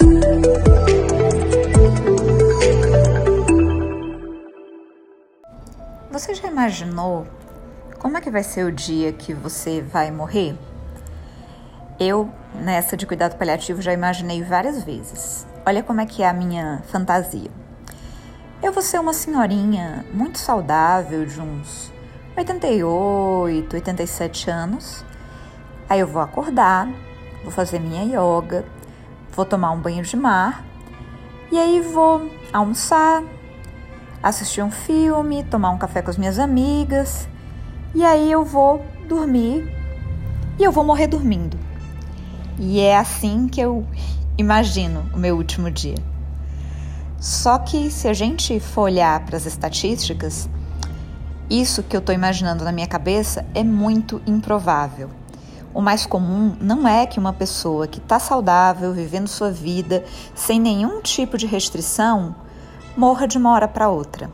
Você já imaginou como é que vai ser o dia que você vai morrer? Eu, nessa de cuidado paliativo, já imaginei várias vezes. Olha como é que é a minha fantasia. Eu vou ser uma senhorinha muito saudável, de uns 88, 87 anos. Aí eu vou acordar, vou fazer minha yoga, vou tomar um banho de mar e aí vou almoçar, assistir um filme, tomar um café com as minhas amigas e aí eu vou dormir e eu vou morrer dormindo. E é assim que eu imagino o meu último dia. Só que se a gente for olhar para as estatísticas, isso que eu estou imaginando na minha cabeça é muito improvável. O mais comum não é que uma pessoa que está saudável, vivendo sua vida, sem nenhum tipo de restrição, morra de uma hora para outra.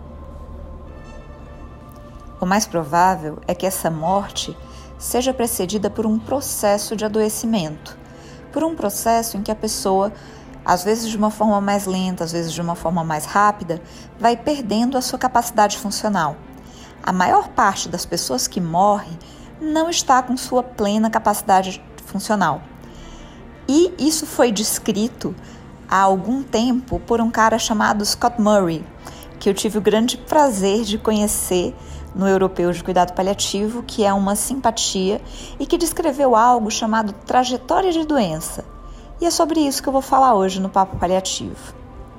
O mais provável é que essa morte seja precedida por um processo de adoecimento, por um processo em que a pessoa, às vezes de uma forma mais lenta, às vezes de uma forma mais rápida, vai perdendo a sua capacidade funcional. A maior parte das pessoas que morrem não está com sua plena capacidade funcional. E isso foi descrito há algum tempo por um cara chamado Scott Murray, que eu tive o grande prazer de conhecer no Europeu de Cuidado Paliativo, que é uma simpatia e que descreveu algo chamado trajetória de doença. E é sobre isso que eu vou falar hoje no Papo Paliativo.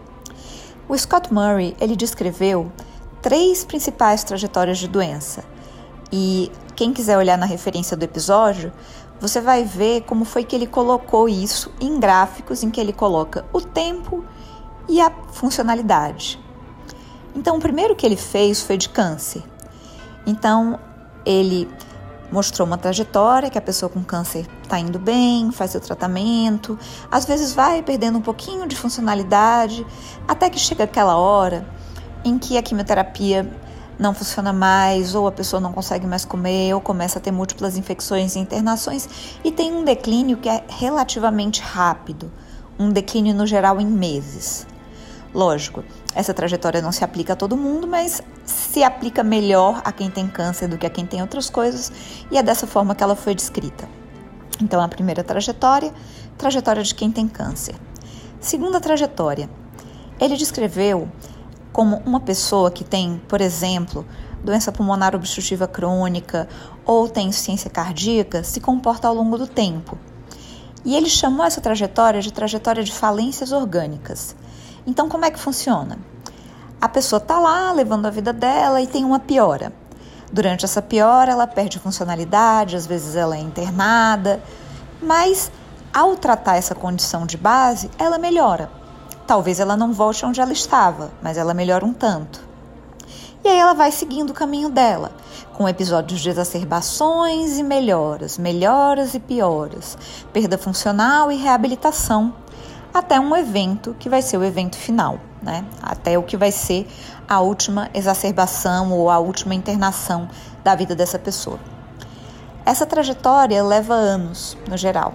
O Scott Murray, ele descreveu 3 principais trajetórias de doença. E quem quiser olhar na referência do episódio, você vai ver como foi que ele colocou isso em gráficos em que ele coloca o tempo e a funcionalidade. Então, o primeiro que ele fez foi de câncer. Então, ele mostrou uma trajetória que a pessoa com câncer está indo bem, faz seu tratamento, às vezes vai perdendo um pouquinho de funcionalidade, até que chega aquela hora em que a quimioterapia não funciona mais, ou a pessoa não consegue mais comer, ou começa a ter múltiplas infecções e internações, e tem um declínio que é relativamente rápido, um declínio no geral em meses. Lógico, essa trajetória não se aplica a todo mundo, mas se aplica melhor a quem tem câncer do que a quem tem outras coisas, e é dessa forma que ela foi descrita. Então, a primeira trajetória de quem tem câncer. Segunda trajetória, ele descreveu como uma pessoa que tem, por exemplo, doença pulmonar obstrutiva crônica ou tem insuficiência cardíaca se comporta ao longo do tempo. E ele chamou essa trajetória de falências orgânicas. Então, como é que funciona? A pessoa está lá levando a vida dela e tem uma piora. Durante essa piora, ela perde funcionalidade, às vezes ela é internada, mas ao tratar essa condição de base, ela melhora. Talvez ela não volte onde ela estava, mas ela melhora um tanto. E aí ela vai seguindo o caminho dela, com episódios de exacerbações e melhoras e pioras, perda funcional e reabilitação, até um evento que vai ser o evento final, né? Até o que vai ser a última exacerbação ou a última internação da vida dessa pessoa. Essa trajetória leva anos, no geral.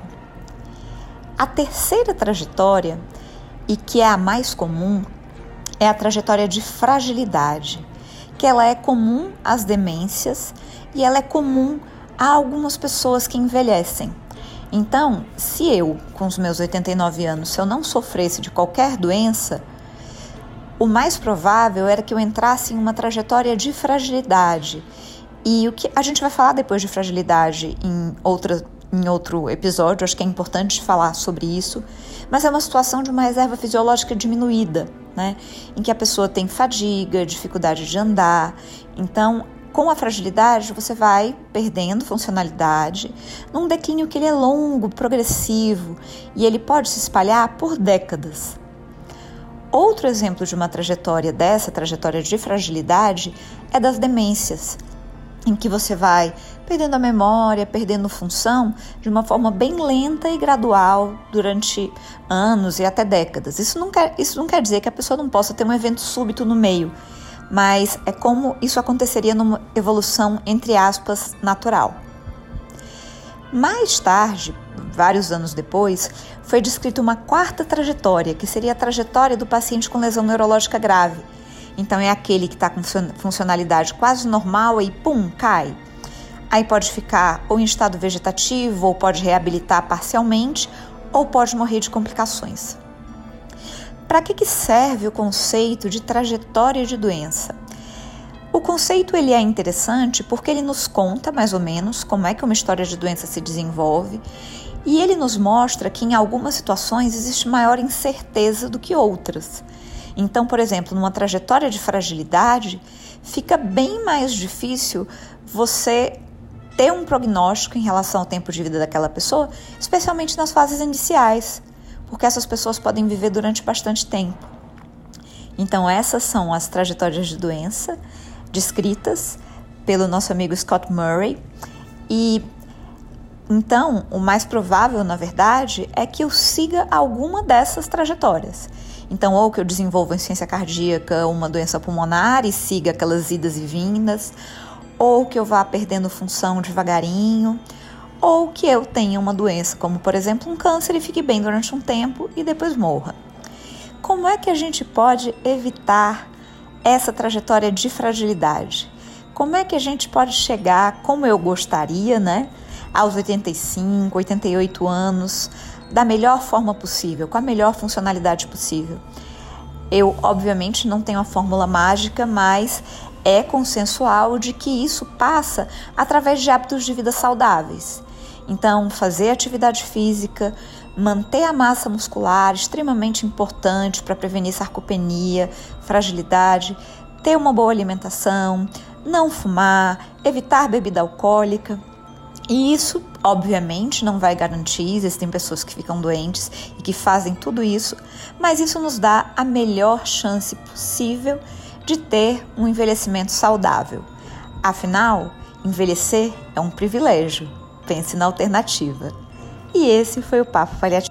A terceira trajetória, e que é a mais comum, é a trajetória de fragilidade, que ela é comum às demências e ela é comum a algumas pessoas que envelhecem. Então, se eu, com os meus 89 anos, se eu não sofresse de qualquer doença, o mais provável era que eu entrasse em uma trajetória de fragilidade. E o que a gente vai falar depois de fragilidade em outro episódio, acho que é importante falar sobre isso, mas é uma situação de uma reserva fisiológica diminuída, né? Em que a pessoa tem fadiga, dificuldade de andar. Então, com a fragilidade, você vai perdendo funcionalidade num declínio que ele é longo, progressivo, e ele pode se espalhar por décadas. Outro exemplo de uma trajetória de fragilidade, é das demências, em que você vai perdendo a memória, perdendo função de uma forma bem lenta e gradual durante anos e até décadas. Isso não quer dizer que a pessoa não possa ter um evento súbito no meio, mas é como isso aconteceria numa evolução, entre aspas, natural. Mais tarde, vários anos depois, foi descrita uma quarta trajetória, que seria a trajetória do paciente com lesão neurológica grave. Então é aquele que está com funcionalidade quase normal e pum, cai. Aí pode ficar ou em estado vegetativo, ou pode reabilitar parcialmente, ou pode morrer de complicações. Para que serve o conceito de trajetória de doença? O conceito ele é interessante porque ele nos conta mais ou menos como é que uma história de doença se desenvolve e ele nos mostra que em algumas situações existe maior incerteza do que outras. Então, por exemplo, numa trajetória de fragilidade, fica bem mais difícil você ter um prognóstico em relação ao tempo de vida daquela pessoa, especialmente nas fases iniciais, porque essas pessoas podem viver durante bastante tempo. Então, essas são as trajetórias de doença descritas pelo nosso amigo Scott Murray. E então, o mais provável, na verdade, é que eu siga alguma dessas trajetórias. Então, ou que eu desenvolva insuficiência cardíaca, uma doença pulmonar e siga aquelas idas e vindas, ou que eu vá perdendo função devagarinho, ou que eu tenha uma doença, como por exemplo um câncer, e fique bem durante um tempo e depois morra. Como é que a gente pode evitar essa trajetória de fragilidade? Como é que a gente pode chegar, como eu gostaria, aos 85, 88 anos, da melhor forma possível, com a melhor funcionalidade possível? Eu, obviamente, não tenho a fórmula mágica, mas é consensual de que isso passa através de hábitos de vida saudáveis. Então, fazer atividade física, manter a massa muscular, extremamente importante para prevenir sarcopenia, fragilidade, ter uma boa alimentação, não fumar, evitar bebida alcoólica. E isso, obviamente, não vai garantir, existem pessoas que ficam doentes e que fazem tudo isso, mas isso nos dá a melhor chance possível de ter um envelhecimento saudável. Afinal, envelhecer é um privilégio. Pense na alternativa. E esse foi o Papo Paliativo.